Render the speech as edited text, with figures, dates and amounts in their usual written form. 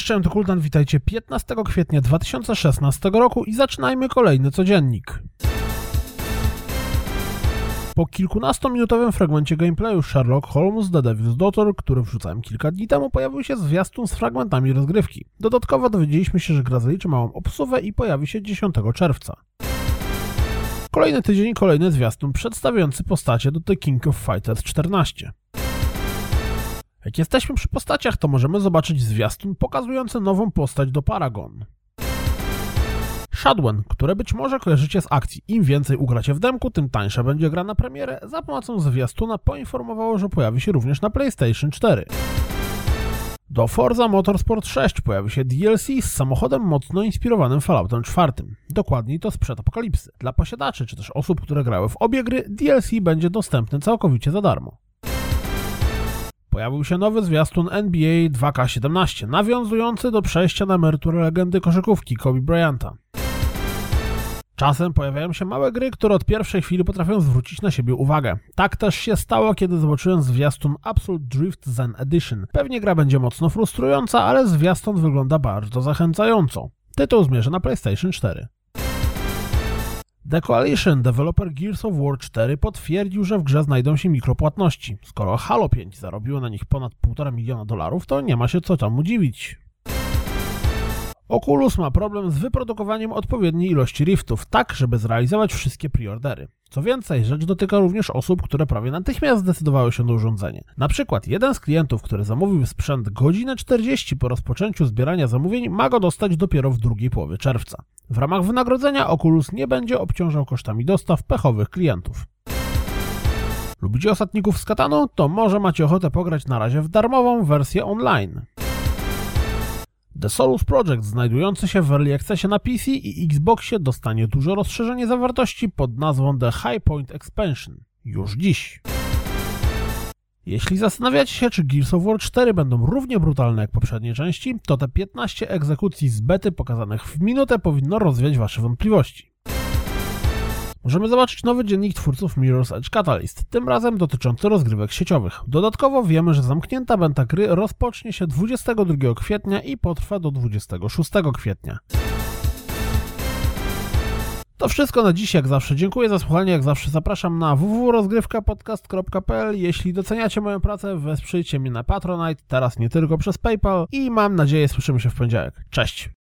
cześć, to Kultan, witajcie 15 kwietnia 2016 roku i zaczynajmy kolejny codziennik. Po kilkunastominutowym fragmencie gameplayu Sherlock Holmes The Devil's Daughter, który wrzucałem kilka dni temu, pojawił się zwiastun z fragmentami rozgrywki. Dodatkowo dowiedzieliśmy się, że gra zaliczy małą obsuwę i pojawi się 10 czerwca. Kolejny tydzień, kolejny zwiastun przedstawiający postacie do The King of Fighters 14. Jak jesteśmy przy postaciach, to możemy zobaczyć zwiastun pokazujący nową postać do Paragon. Shadwen, które być może kojarzycie z akcji. Im więcej ugracie w demku, tym tańsza będzie gra na premierę, za pomocą zwiastuna poinformowało, że pojawi się również na PlayStation 4. Do Forza Motorsport 6 pojawi się DLC z samochodem mocno inspirowanym Falloutem 4. Dokładniej to sprzed apokalipsy. Dla posiadaczy, czy też osób, które grały w obie gry, DLC będzie dostępny całkowicie za darmo. Pojawił się nowy zwiastun NBA 2K17, nawiązujący do przejścia na emeryturę legendy koszykówki Kobe Bryanta. Czasem pojawiają się małe gry, które od pierwszej chwili potrafią zwrócić na siebie uwagę. Tak też się stało, kiedy zobaczyłem zwiastun Absolute Drift Zen Edition. Pewnie gra będzie mocno frustrująca, ale zwiastun wygląda bardzo zachęcająco. Tytuł zmierzy na PlayStation 4. The Coalition, deweloper Gears of War 4, potwierdził, że w grze znajdą się mikropłatności. Skoro Halo 5 zarobiło na nich ponad $1,5 miliona, to nie ma się co temu dziwić. Oculus ma problem z wyprodukowaniem odpowiedniej ilości riftów, tak żeby zrealizować wszystkie preordery. Co więcej, rzecz dotyka również osób, które prawie natychmiast zdecydowały się na urządzenie. Na przykład jeden z klientów, który zamówił sprzęt godzinę 40 po rozpoczęciu zbierania zamówień, ma go dostać dopiero w drugiej połowie czerwca. W ramach wynagrodzenia Oculus nie będzie obciążał kosztami dostaw pechowych klientów. Lubicie ostatników z Katanu? To może macie ochotę pograć na razie w darmową wersję online. The Solus Project, znajdujący się w Early Accessie na PC i Xboxie, dostanie duże rozszerzenie zawartości pod nazwą The High Point Expansion. Już dziś. Jeśli zastanawiacie się, czy Gears of War 4 będą równie brutalne jak poprzednie części, to te 15 egzekucji z bety pokazanych w minutę powinno rozwiać wasze wątpliwości. Możemy zobaczyć nowy dziennik twórców Mirror's Edge Catalyst, tym razem dotyczący rozgrywek sieciowych. Dodatkowo wiemy, że zamknięta beta gry rozpocznie się 22 kwietnia i potrwa do 26 kwietnia. To wszystko na dziś, jak zawsze. Dziękuję za słuchanie, jak zawsze zapraszam na www.rozgrywkapodcast.pl. Jeśli doceniacie moją pracę, wesprzyjcie mnie na Patronite, teraz nie tylko przez PayPal i mam nadzieję słyszymy się w poniedziałek. Cześć!